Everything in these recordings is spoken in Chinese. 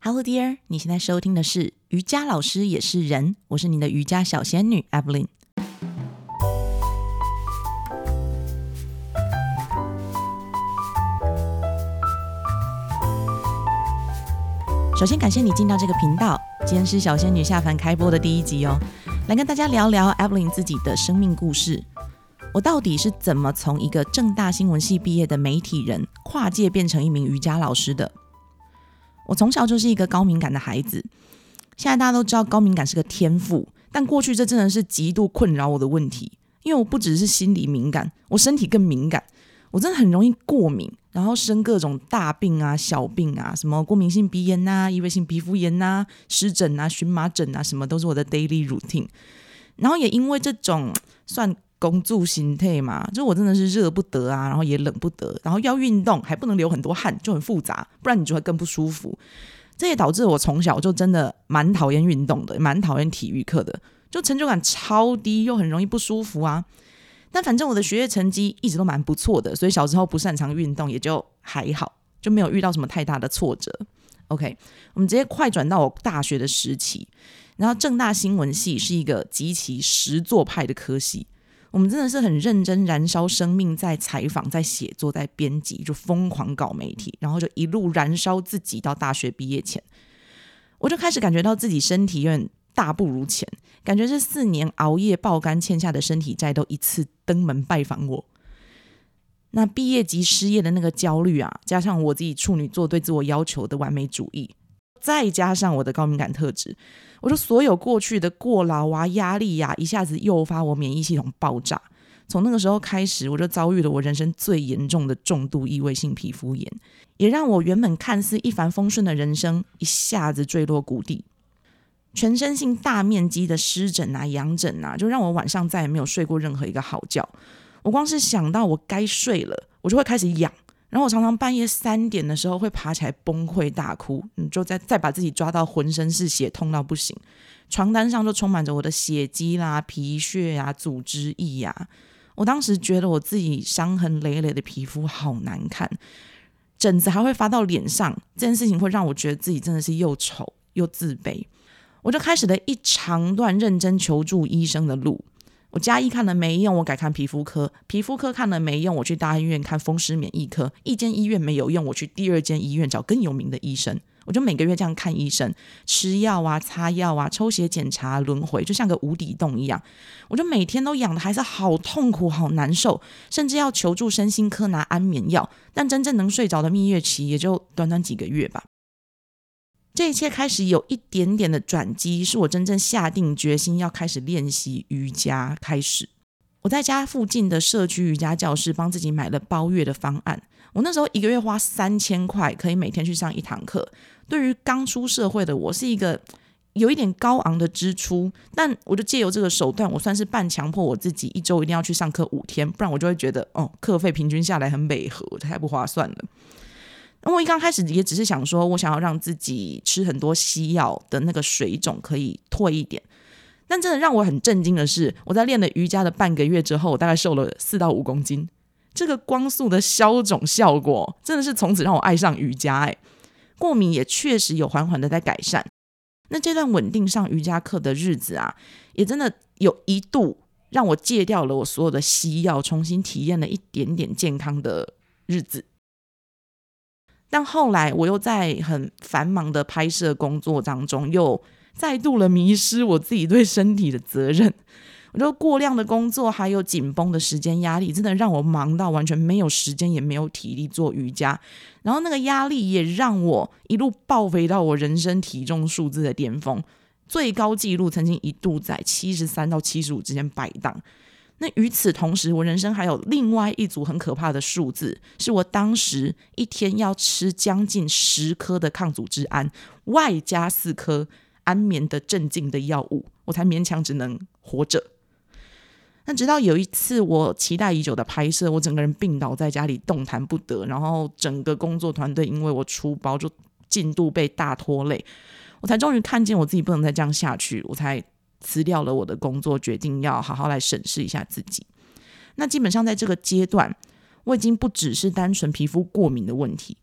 Hello dear， 你现在收听的是瑜伽老师也是人，我是你的瑜伽小仙女 Evelyn。 首先感谢你进到这个频道，今天是小仙女下凡开播的第一集哦，来跟大家聊聊 Evelyn 自己的生命故事。我到底是怎么从一个政大新闻系毕业的媒体人跨界变成一名瑜伽老师的？我从小就是一个高敏感的孩子，现在大家都知道高敏感是个天赋，但过去这真的是极度困扰我的问题。因为我不只是心理敏感，我身体更敏感，我真的很容易过敏，然后生各种大病啊小病啊，什么过敏性鼻炎啊异位性皮肤炎啊湿疹啊荨麻疹啊，什么都是我的 daily routine。 然后也因为这种算工作心态嘛，就我真的是热不得啊，然后也冷不得，然后要运动还不能流很多汗，就很复杂，不然你就会更不舒服。这也导致我从小就真的蛮讨厌运动的，蛮讨厌体育课的，就成就感超低，又很容易不舒服啊。但反正我的学业成绩一直都蛮不错的，所以小时候不擅长运动也就还好，就没有遇到什么太大的挫折。 OK， 我们直接快转到我大学的时期。然后政大新闻系是一个极其实作派的科系，我们真的是很认真燃烧生命，在采访在写作在编辑，就疯狂搞媒体，然后就一路燃烧自己到大学毕业前。我就开始感觉到自己身体有点大不如前，感觉这4年熬夜爆肝欠下的身体债都一次登门拜访我。那毕业及失业的那个焦虑啊，加上我自己处女座对自我要求的完美主义，再加上我的高敏感特质，我就所有过去的过劳啊压力啊一下子诱发我免疫系统爆炸。从那个时候开始，我就遭遇了我人生最严重的重度异位性皮肤炎，也让我原本看似一帆风顺的人生一下子坠落谷底。全身性大面积的湿疹啊痒疹啊，就让我晚上再也没有睡过任何一个好觉。我光是想到我该睡了，我就会开始痒，然后我常常半夜3点的时候会爬起来崩溃大哭，就再把自己抓到浑身是血，痛到不行。床单上就充满着我的血迹啦皮屑啊组织液啊。我当时觉得我自己伤痕累累的皮肤好难看，疹子还会发到脸上，这件事情会让我觉得自己真的是又丑又自卑。我就开始了一长段认真求助医生的路。我家医看了没用，我改看皮肤科，皮肤科看了没用，我去大医院看风湿免疫科，一间医院没有用，我去第2间医院找更有名的医生。我就每个月这样看医生，吃药啊擦药啊抽血检查轮回，就像个无底洞一样。我就每天都痒的还是好痛苦好难受，甚至要求助身心科拿安眠药，但真正能睡着的蜜月期也就短短几个月吧。这一切开始有一点点的转机，是我真正下定决心要开始练习瑜伽开始。我在家附近的社区瑜伽教室帮自己买了包月的方案，我那时候1个月花3000块，可以每天去上1堂课。对于刚出社会的我，是一个有一点高昂的支出，但我就借由这个手段，我算是半强迫我自己1周一定要去上课5天，不然我就会觉得课费平均下来很美合，太不划算了。我一刚开始也只是想说，我想要让自己吃很多西药的那个水肿可以退一点。但真的让我很震惊的是，我在练了瑜伽的半个月之后，我大概瘦了4到5公斤。这个光速的消肿效果真的是从此让我爱上瑜伽。过敏也确实有缓缓的在改善。那这段稳定上瑜伽课的日子啊，也真的有一度让我戒掉了我所有的西药，重新体验了一点点健康的日子。但后来我又在很繁忙的拍摄工作当中，又再度了迷失我自己对身体的责任。我就过量的工作还有紧绷的时间压力，真的让我忙到完全没有时间也没有体力做瑜伽。然后那个压力也让我一路爆肥到我人生体重数字的巅峰，最高纪录曾经一度在73到75之间摆荡。那与此同时，我人生还有另外一组很可怕的数字，是我当时一天要吃将近10颗的抗组织胺，外加4颗安眠的镇静的药物，我才勉强只能活着。那直到有一次我期待已久的拍摄，我整个人病倒在家里动弹不得，然后整个工作团队因为我出包就进度被大拖累，我才终于看见我自己不能再这样下去，我才辞掉了我的工作，决定要好好来审视一下自己。那基本上在这个阶段，我已经不只是单纯皮肤过敏的问题，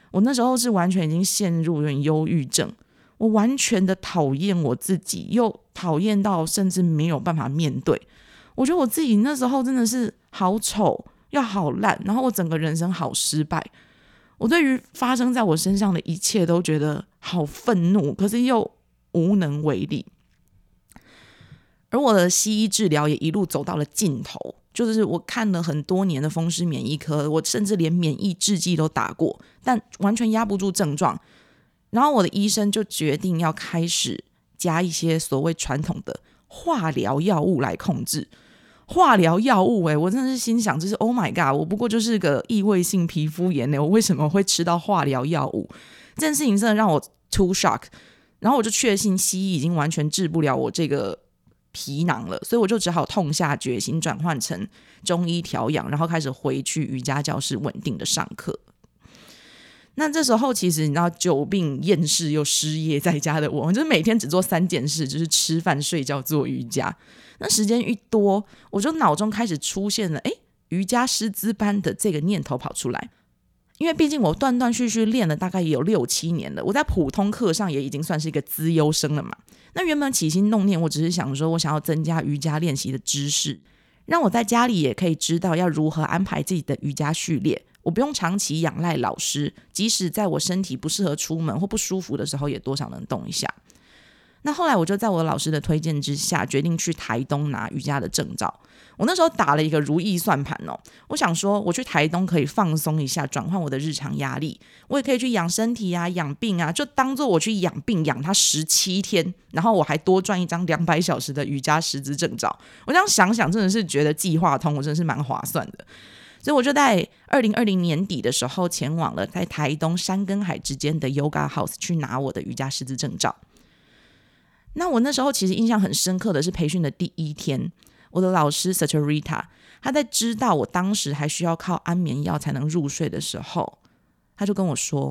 我那时候是完全已经陷入有点忧郁症，我完全的讨厌我自己，又讨厌到甚至没有办法面对。我觉得我自己那时候真的是好丑又好烂，然后我整个人生好失败。我对于发生在我身上的一切都觉得好愤怒，可是又无能为力。而我的西医治疗也一路走到了尽头，就是我看了很多年的风湿免疫科，我甚至连免疫制剂都打过，但完全压不住症状。然后我的医生就决定要开始加一些所谓传统的化疗药物来控制。化疗药物我真的是心想，就是 Oh my god， 我不过就是个异位性皮肤炎我为什么会吃到化疗药物？这件事情真的让我 too shock。然后我就确信西医已经完全治不了我这个皮囊了，所以我就只好痛下决心转换成中医调养，然后开始回去瑜伽教室稳定的上课。那这时候其实你知道，久病厌世又失业在家的我，就是每天只做3件事，就是吃饭睡觉做瑜伽。那时间一多，我就脑中开始出现了瑜伽师资班的这个念头跑出来。因为毕竟我断断续续练了大概也有6-7年了，我在普通课上也已经算是一个资优生了嘛。那原本起心动念，我只是想说我想要增加瑜伽练习的知识，让我在家里也可以知道要如何安排自己的瑜伽序列，我不用长期仰赖老师，即使在我身体不适合出门或不舒服的时候也多少能动一下。那后来我就在我老师的推荐之下，决定去台东拿瑜伽的证照。我那时候打了一个如意算盘我想说我去台东可以放松一下，转换我的日常压力，我也可以去养身体啊，养病啊，就当做我去养病养它17天，然后我还多赚一张200小时的瑜伽师资证照。我这样想想真的是觉得计划通，我真的是蛮划算的。所以我就在2020年底的时候前往了在台东山跟海之间的 Yoga House 去拿我的瑜伽师资证照。那我那时候其实印象很深刻的是培训的第1天，我的老师 Saturita 他在知道我当时还需要靠安眠药才能入睡的时候，他就跟我说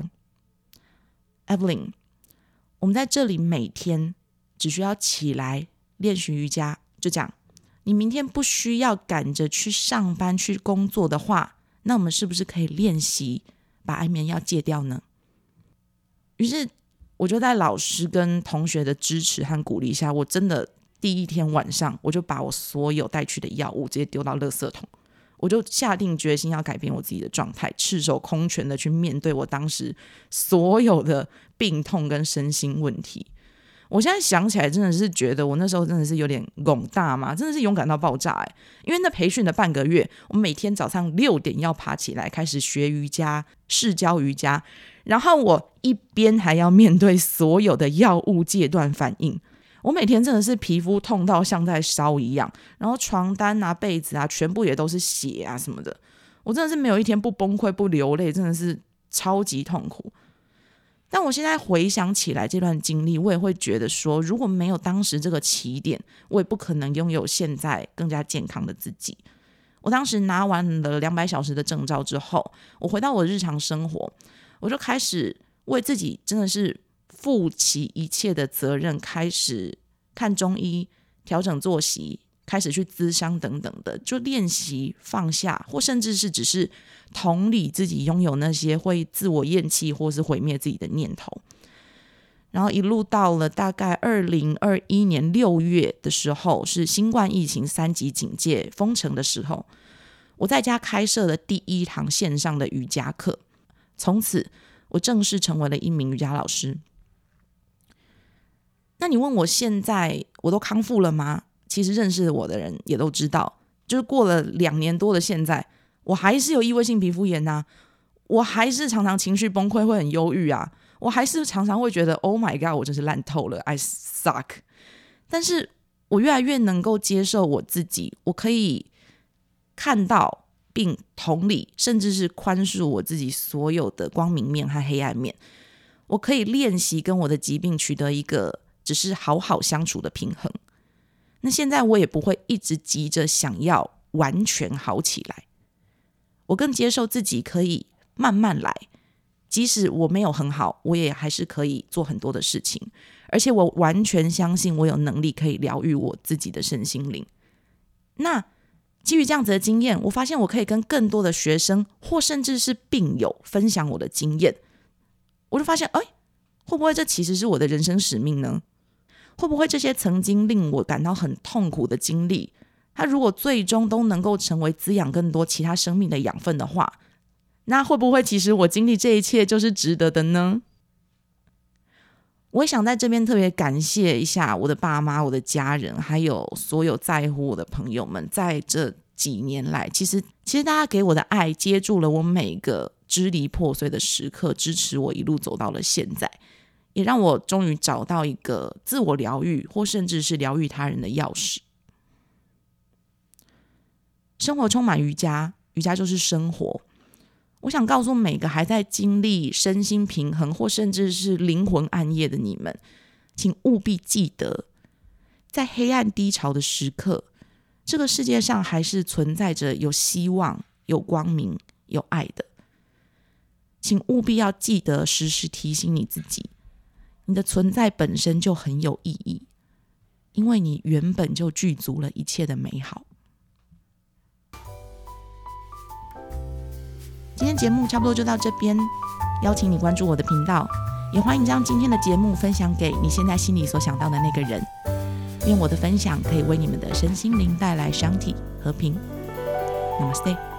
Evelyn， 我们在这里每天只需要起来练习瑜伽，就这样，你明天不需要赶着去上班去工作的话，那我们是不是可以练习把安眠药戒掉呢？于是我就在老师跟同学的支持和鼓励下，我真的第1天晚上我就把我所有带去的药物直接丢到垃圾桶，我就下定决心要改变我自己的状态，赤手空拳的去面对我当时所有的病痛跟身心问题。我现在想起来真的是觉得我那时候真的是有点勇大嘛，真的是勇敢到爆炸因为那培训的半个月，我每天早上6点要爬起来开始学瑜伽，试教瑜伽，然后我一边还要面对所有的药物戒断反应。我每天真的是皮肤痛到像在烧一样，然后床单啊被子啊全部也都是血啊什么的，我真的是没有一天不崩溃不流泪，真的是超级痛苦。但我现在回想起来这段经历，我也会觉得说，如果没有当时这个起点，我也不可能拥有现在更加健康的自己。我当时拿完了200小时的证照之后，我回到我日常生活，我就开始为自己真的是负起一切的责任，开始看中医，调整作息，开始去咨商等等的，就练习放下，或甚至是只是同理自己拥有那些会自我厌弃或是毁灭自己的念头。然后一路到了大概2021年6月的时候，是新冠疫情3级警戒封城的时候，我在家开设了第1堂线上的瑜伽课，从此我正式成为了一名瑜伽老师。那你问我现在我都康复了吗？其实认识我的人也都知道，就是过了2年多的现在，我还是有异位性皮肤炎啊，我还是常常情绪崩溃会很忧郁啊，我还是常常会觉得 Oh my god 我真是烂透了 I suck。 但是我越来越能够接受我自己，我可以看到并同理甚至是宽恕我自己所有的光明面和黑暗面，我可以练习跟我的疾病取得一个只是好好相处的平衡。那现在我也不会一直急着想要完全好起来，我更接受自己可以慢慢来，即使我没有很好，我也还是可以做很多的事情，而且我完全相信我有能力可以疗愈我自己的身心灵。那基于这样子的经验，我发现我可以跟更多的学生或甚至是病友分享我的经验， 我就发现，会不会这其实是我的人生使命呢？会不会这些曾经令我感到很痛苦的经历，它如果最终都能够成为滋养更多其他生命的养分的话，那会不会其实我经历这一切就是值得的呢？我也想在这边特别感谢一下我的爸妈、我的家人，还有所有在乎我的朋友们，在这几年来，其实大家给我的爱接住了我每个支离破碎的时刻，支持我一路走到了现在，也让我终于找到一个自我疗愈或甚至是疗愈他人的钥匙。生活充满瑜伽，瑜伽就是生活。我想告诉每个还在经历身心平衡或甚至是灵魂暗夜的你们，请务必记得，在黑暗低潮的时刻，这个世界上还是存在着有希望、有光明、有爱的。请务必要记得时时提醒你自己，你的存在本身就很有意义，因为你原本就具足了一切的美好。今天节目差不多就到这边，邀请你关注我的频道，也欢迎将今天的节目分享给你现在心里所想到的那个人。愿我的分享可以为你们的身心灵带来商体和平。Namaste。